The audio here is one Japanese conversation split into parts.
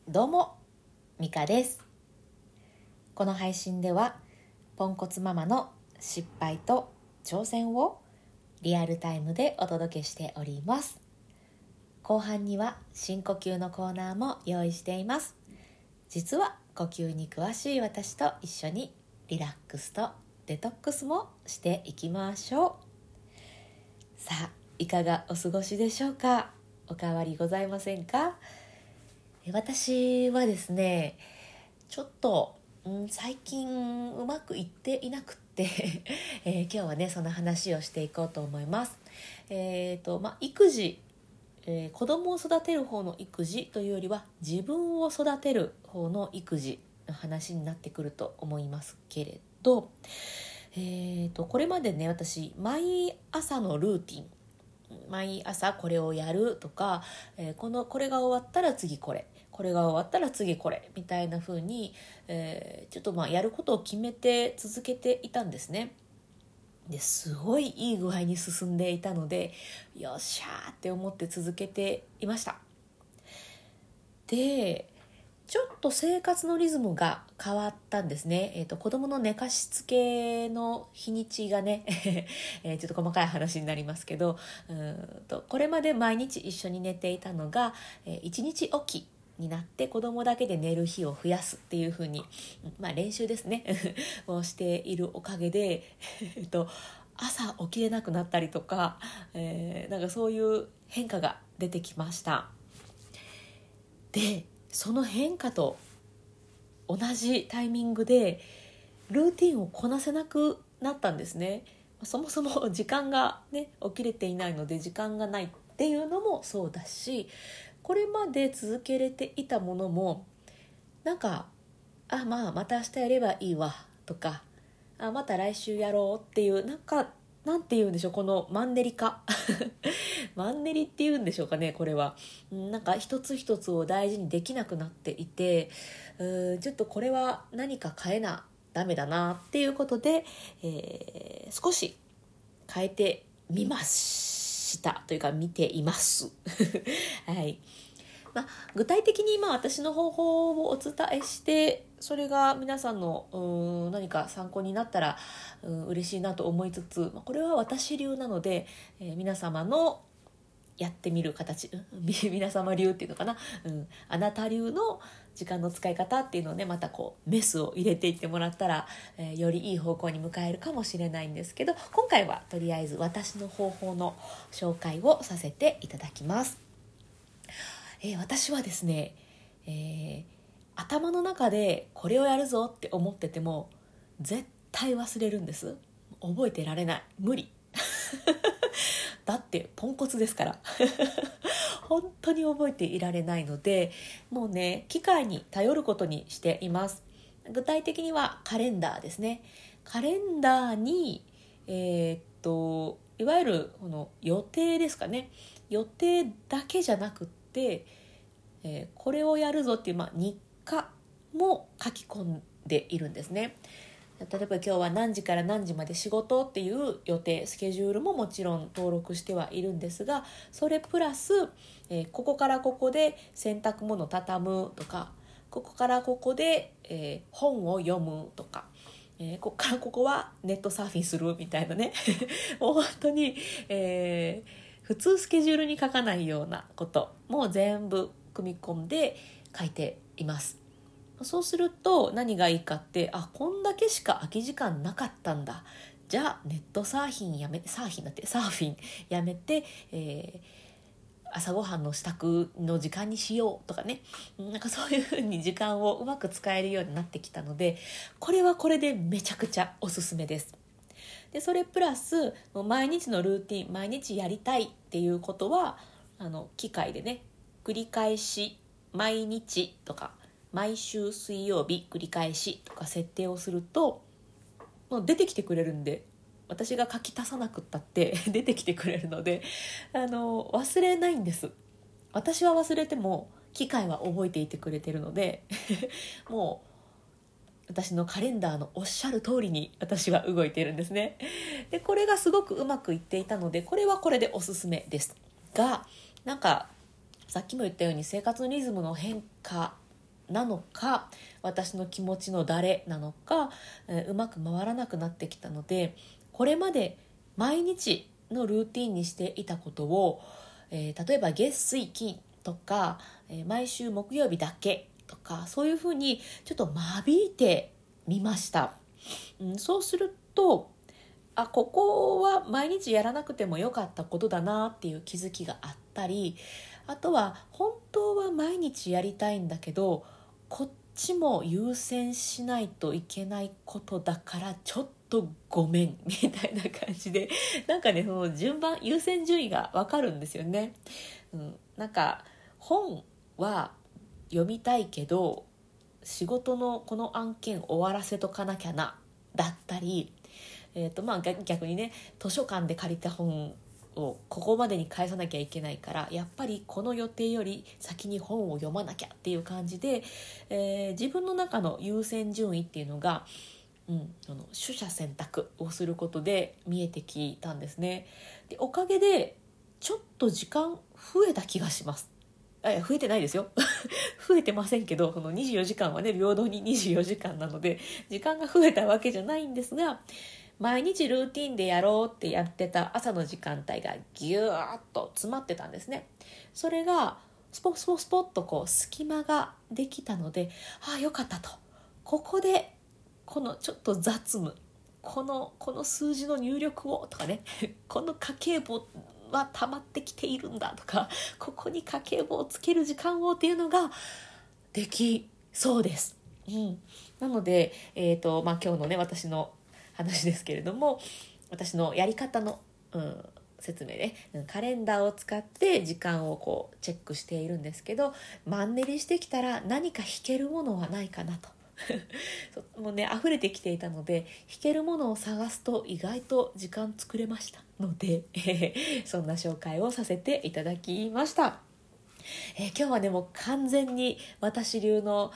どうも、ミカです。この配信ではポンコツママの失敗と挑戦をリアルタイムでお届けしております。後半には深呼吸のコーナーも用意しています。実は呼吸に詳しい私と一緒にリラックスとデトックスもしていきましょう。さあ、いかがお過ごしでしょうか。お変わりございませんか。私はですね、ちょっと、最近うまくいっていなくって、今日はねその話をしていこうと思います。育児、子供を育てる方の育児というよりは自分を育てる方の育児の話になってくると思いますけれど、これまでね、私毎朝のルーティン、毎朝これをやるとか、これが終わったら次これが終わったら次これみたいな風に、ちょっとやることを決めて続けていたんですね。ですごいいい具合に進んでいたので、よっしゃーって思って続けていました。で、ちょっと生活のリズムが変わったんですね。子供の寝かしつけの日にちがね、ちょっと細かい話になりますけど、これまで毎日一緒に寝ていたのが、1日おきになって子供だけで寝る日を増やすっていう風に、練習ですねをしているおかげで、朝起きれなくなったりとか、なんかそういう変化が出てきました。で、その変化と同じタイミングでルーティンをこなせなくなったんですね。そもそも時間がね、起きれていないので時間がないっていうのもそうだし、これまで続けれていたものもなんか、また明日やればいいわとか、また来週やろうっていう、なんて言うんでしょう、このマンネリ化マンネリっていうんでしょうかね、これは。なんか一つ一つを大事にできなくなっていて、ちょっとこれは何か変えなダメだなっていうことで、少し変えてみましたというか見ていますはい。具体的に私の方法をお伝えして、それが皆さんの何か参考になったら嬉しいなと思いつつ、これは私流なので、皆様のやってみる形、皆様流っていうのかな、あなた流の時間の使い方っていうのをね、またこうメスを入れていってもらったら、よりいい方向に向かえるかもしれないんですけど、今回はとりあえず私の方法の紹介をさせていただきます。私はですね、頭の中でこれをやるぞって思ってても絶対忘れるんです。覚えてられない、無理だってポンコツですから本当に覚えていられないので、もうね、機械に頼ることにしています。具体的にはカレンダーですね。カレンダーにいわゆるこの予定ですかね、予定だけじゃなくって、これをやるぞっていう、日課も書き込んでいるんですね。例えば今日は何時から何時まで仕事っていう予定、スケジュールももちろん登録してはいるんですが、それプラス、ここからここで洗濯物畳むとか、ここからここで、本を読むとか、ここからここはネットサーフィンするみたいなねもう本当に、普通スケジュールに書かないようなことも全部組み込んで書いています。そうすると何がいいかって、こんだけしか空き時間なかったんだ、じゃあネットサーフィンやめて、朝ごはんの支度の時間にしようとかね、なんかそういう風に時間をうまく使えるようになってきたので、これはこれでめちゃくちゃおすすめです。で、それプラス毎日のルーティン、毎日やりたいっていうことは機械でね、繰り返し毎日とか毎週水曜日繰り返しとか設定をするともう出てきてくれるんで、私が書き足さなくったって出てきてくれるので、忘れないんです。私は忘れても機械は覚えていてくれてるのでもう私のカレンダーのおっしゃる通りに私は動いているんですね。で、これがすごくうまくいっていたので、これはこれでおすすめですが、なんかさっきも言ったように生活のリズムの変化なのか、私の気持ちのだれなのか、うまく回らなくなってきたので、これまで毎日のルーティンにしていたことを、例えば月水金とか、毎週木曜日だけとか、そういうふうにちょっと間引いてみました。そうすると、ここは毎日やらなくてもよかったことだなっていう気づきがあったり、あとは本当は毎日やりたいんだけど、こっちも優先しないといけないことだからちょっとごめんみたいな感じで、なんかね、その順番、優先順位がわかるんですよね。なんか本は読みたいけど、仕事のこの案件終わらせとかなきゃなだったり、逆にね、図書館で借りた本をここまでに返さなきゃいけないから、やっぱりこの予定より先に本を読まなきゃっていう感じで、自分の中の優先順位っていうのが、取捨選択をすることで見えてきたんですね。で、おかげでちょっと時間増えた気がします。増えてないですよ増えてませんけど、その24時間はね、平等に24時間なので時間が増えたわけじゃないんですが、毎日ルーティンでやろうってやってた朝の時間帯がギューッと詰まってたんですね。それがスポスポスポッとこう隙間ができたので、よかったと。ここでこのちょっと雑務、この数字の入力をとかねこの家計簿は溜まってきているんだとか、ここに家計簿をつける時間をっていうのができそうです。なので、今日のね、私の話ですけれども、私のやり方の、説明ね、カレンダーを使って時間をこうチェックしているんですけど、マンネリしてきたら何か弾けるものはないかなともうね、溢れてきていたので、弾けるものを探すと意外と時間作れましたので、そんな紹介をさせていただきました。今日はね、もう完全に私流の、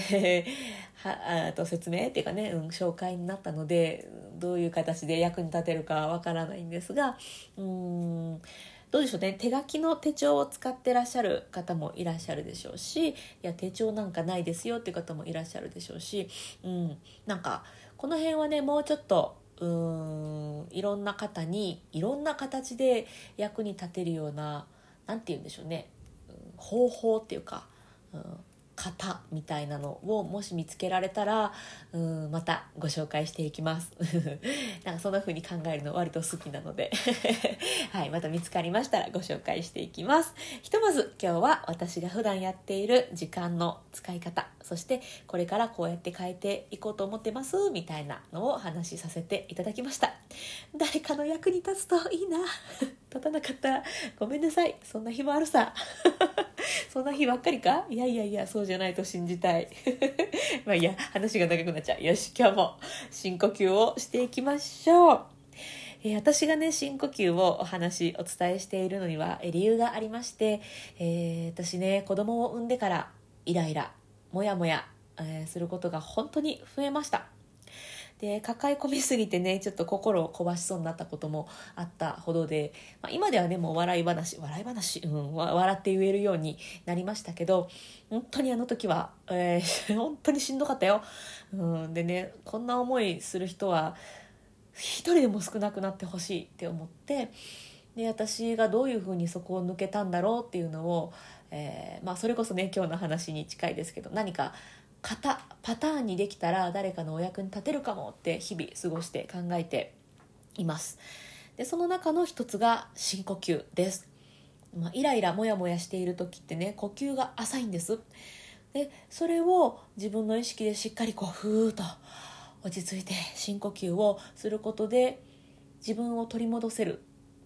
説明っていうかね、紹介になったので、どういう形で役に立てるかわからないんですが、どうでしょうね、手書きの手帳を使ってらっしゃる方もいらっしゃるでしょうし、いや手帳なんかないですよっていう方もいらっしゃるでしょうし、なんかこの辺はね、もうちょっといろんな方にいろんな形で役に立てるような、なんて言うんでしょうね、方法っていうか、型みたいなのをもし見つけられたら、またご紹介していきますなんかそんな風に考えるの割と好きなのではい、また見つかりましたらご紹介していきます。ひとまず今日は私が普段やっている時間の使い方、そしてこれからこうやって変えていこうと思ってますみたいなのを話しさせていただきました。誰かの役に立つといいな立たなかったらごめんなさい、そんな日もあるさそんな日ばっかりか、いやそうじゃないと信じたいまあいいや、話が長くなっちゃう。よし、今日も深呼吸をしていきましょう。私がね、深呼吸をお伝えしているのには理由がありまして、私ね、子供を産んでからイライラモヤモヤ、することが本当に増えました。で、抱え込みすぎてね、ちょっと心を壊しそうになったこともあったほどで、今ではね、もう笑い話、笑って言えるようになりましたけど、本当にあの時は、本当にしんどかったよ。でね、こんな思いする人は一人でも少なくなってほしいって思って、で、私がどういうふうにそこを抜けたんだろうっていうのを、それこそね、今日の話に近いですけど、何かパターンにできたら誰かのお役に立てるかもって日々過ごして考えています。で、その中の一つが深呼吸です。イライラモヤモヤしている時ってね、呼吸が浅いんです。で、それを自分の意識でしっかりこうふーっと落ち着いて深呼吸をすることで自分を取り戻せる。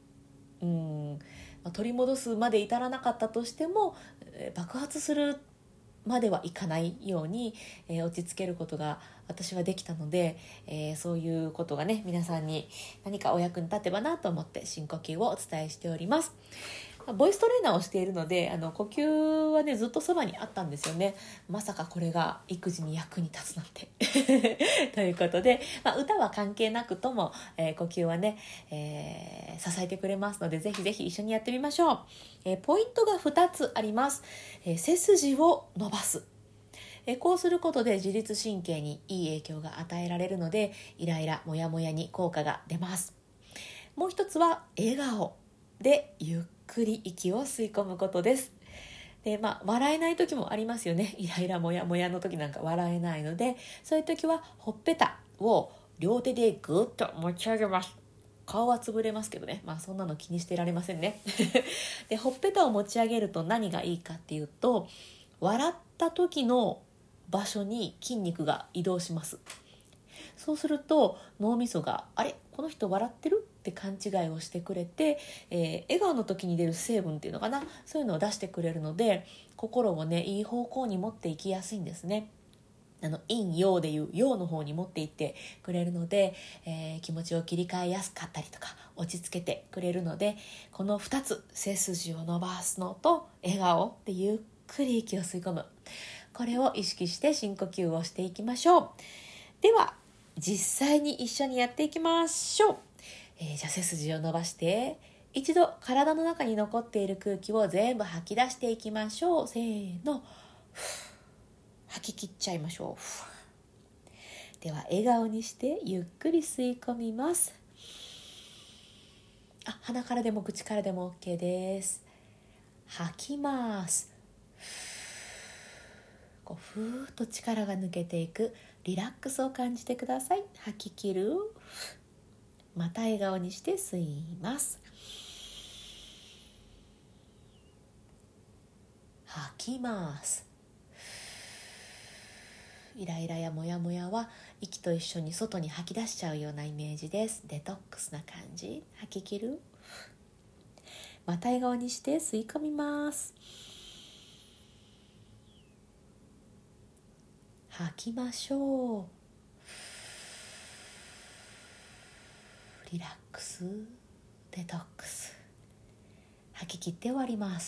取り戻すまで至らなかったとしても、爆発するまではいかないように、落ち着けることが私はできたので、そういうことがね、皆さんに何かお役に立てばなと思って深呼吸をお伝えしております。ボイストレーナーをしているので、呼吸はね、ずっとそばにあったんですよね。まさかこれが育児に役に立つなんてということで、歌は関係なくとも、呼吸はね、支えてくれますので、ぜひぜひ一緒にやってみましょう。ポイントが2つあります。背筋を伸ばす。 こうすることで自律神経にいい影響が与えられるので、イライラモヤモヤに効果が出ます。もう一つは笑顔でゆっくり息を吸い込むことです。で、笑えない時もありますよね。イライラモヤモヤの時なんか笑えないので、そういう時はほっぺたを両手でグッと持ち上げます。顔は潰れますけどね、そんなの気にしてられませんね。で、ほっぺたを持ち上げると何がいいかっていうと、笑った時の場所に筋肉が移動します。そうすると脳みそがあれこの人笑ってるって勘違いをしてくれて、笑顔の時に出る成分っていうのかな、そういうのを出してくれるので、心をねいい方向に持っていきやすいんですね。陰陽でいう陽の方に持っていってくれるので、気持ちを切り替えやすかったりとか落ち着けてくれるので、この2つ、背筋を伸ばすのと笑顔でゆっくり息を吸い込む、これを意識して深呼吸をしていきましょう。では実際に一緒にやっていきましょう。じゃあ背筋を伸ばして一度体の中に残っている空気を全部吐き出していきましょう。せーの、吐き切っちゃいましょう。では笑顔にしてゆっくり吸い込みます。鼻からでも口からでも OK です。吐きます。ふーっと力が抜けていくリラックスを感じてください。吐き切る。また笑顔にして吸います。吐きます。イライラやモヤモヤは息と一緒に外に吐き出しちゃうようなイメージです。デトックスな感じ。吐き切る。また笑顔にして吸い込みます。吐きましょう。リラックス、デトックス。吐き切って終わります。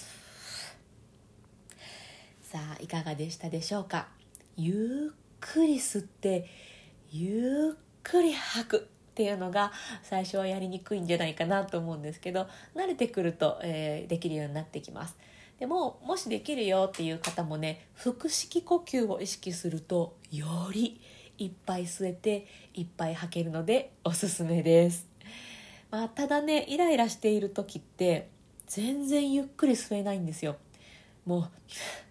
さあいかがでしたでしょうか。ゆっくり吸ってゆっくり吐くっていうのが最初はやりにくいんじゃないかなと思うんですけど、慣れてくると、できるようになってきます。でももしできるよっていう方もね、腹式呼吸を意識するとよりいっぱい吸えていっぱい吐けるのでおすすめです。ただね、イライラしている時って全然ゆっくり吸えないんですよ。もう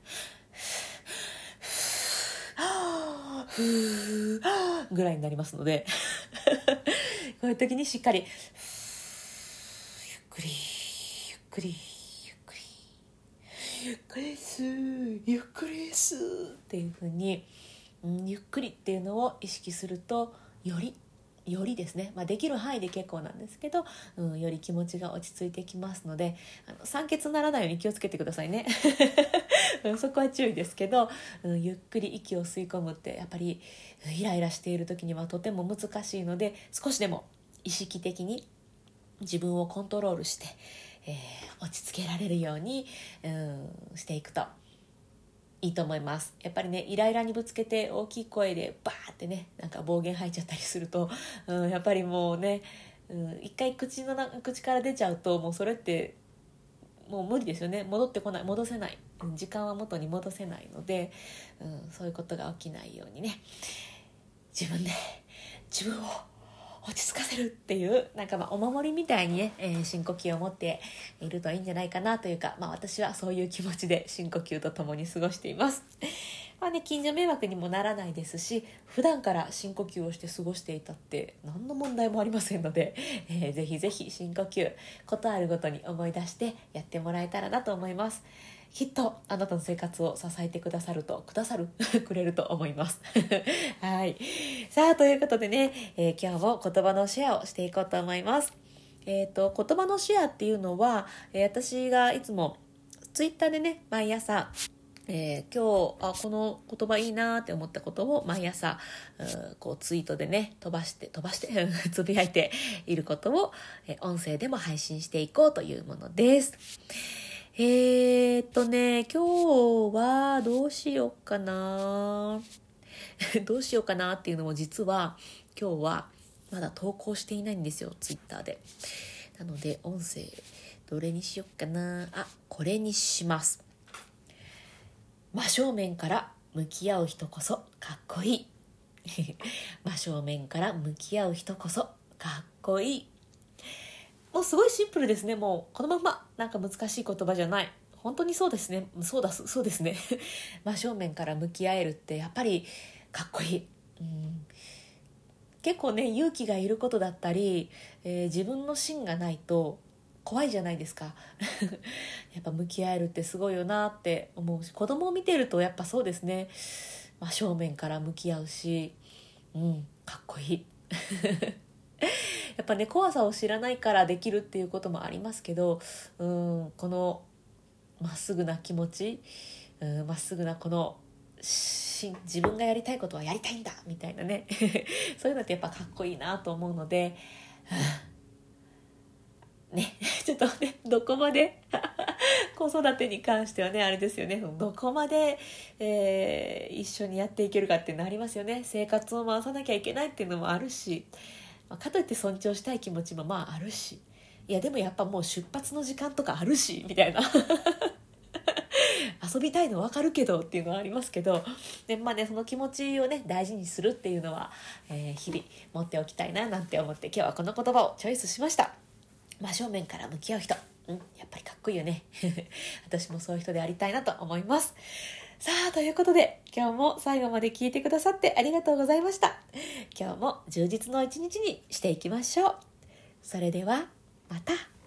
ぐらいになりますのでこういう時にしっかりゆっくりゆっくりゆっくりゆっくり吸うゆっくり吸うっていう風に、ゆっくりっていうのを意識するとよりですね、できる範囲で結構なんですけど、より気持ちが落ち着いてきますので、酸欠にならないように気をつけてくださいねそこは注意ですけど、ゆっくり息を吸い込むってやっぱりイライラしている時にはとても難しいので、少しでも意識的に自分をコントロールして、落ち着けられるように、していくといいと思います。やっぱりね、イライラにぶつけて大きい声でバーってね、なんか暴言吐いちゃったりすると、やっぱりもうね、一回口から出ちゃうともうそれってもう無理ですよね。戻せない、時間は元に戻せないので、そういうことが起きないようにね、自分を落ち着かせるっていうなんかお守りみたいにね、深呼吸を持っているといいんじゃないかなというか、私はそういう気持ちで深呼吸とともに過ごしています近所迷惑にもならないですし、普段から深呼吸をして過ごしていたって何の問題もありませんので、ぜひぜひ深呼吸、ことあるごとに思い出してやってもらえたらなと思います。きっとあなたの生活を支えてくださるくれると思いますはい。さあということでね、今日も言葉のシェアをしていこうと思います。言葉のシェアっていうのは、私がいつもツイッターでね、毎朝今日この言葉いいなって思ったことを毎朝こうツイートでね飛ばしてつぶやいていることを、音声でも配信していこうというものです。今日はどうしようかなどうしようかなっていうのも、実は今日はまだ投稿していないんですよ、ツイッターで。なので音声どれにしようかな。これにします。真正面から向き合う人こそかっこいい真正面から向き合う人こそかっこいい。もうすごいシンプルですね。もうこのままなんか難しい言葉じゃない。本当にそうですね。そうですね真正面から向き合えるってやっぱりかっこいい。結構ね勇気がいることだったり、自分の芯がないと怖いじゃないですかやっぱ向き合えるってすごいよなって思うし、子供を見てるとやっぱそうですね。真正面から向き合うし、かっこいいやっぱね怖さを知らないからできるっていうこともありますけど、このまっすぐな気持ち、まっすぐなこの自分がやりたいことはやりたいんだみたいなねそういうのってやっぱかっこいいなと思うので、ねちょっとねどこまで子育てに関してはねあれですよね、どこまで、一緒にやっていけるかっていうのありますよね。生活を回さなきゃいけないっていうのもあるし、かといって尊重したい気持ちもまああるし、いやでもやっぱもう出発の時間とかあるしみたいな遊びたいの分かるけどっていうのはありますけど、で、その気持ちをね大事にするっていうのは、日々持っておきたいななんて思って今日はこの言葉をチョイスしました。真正面から向き合う人、やっぱりかっこいいよね私もそういう人でありたいなと思います。さあ、ということで今日も最後まで聞いてくださってありがとうございました。今日も充実の一日にしていきましょう。それではまた。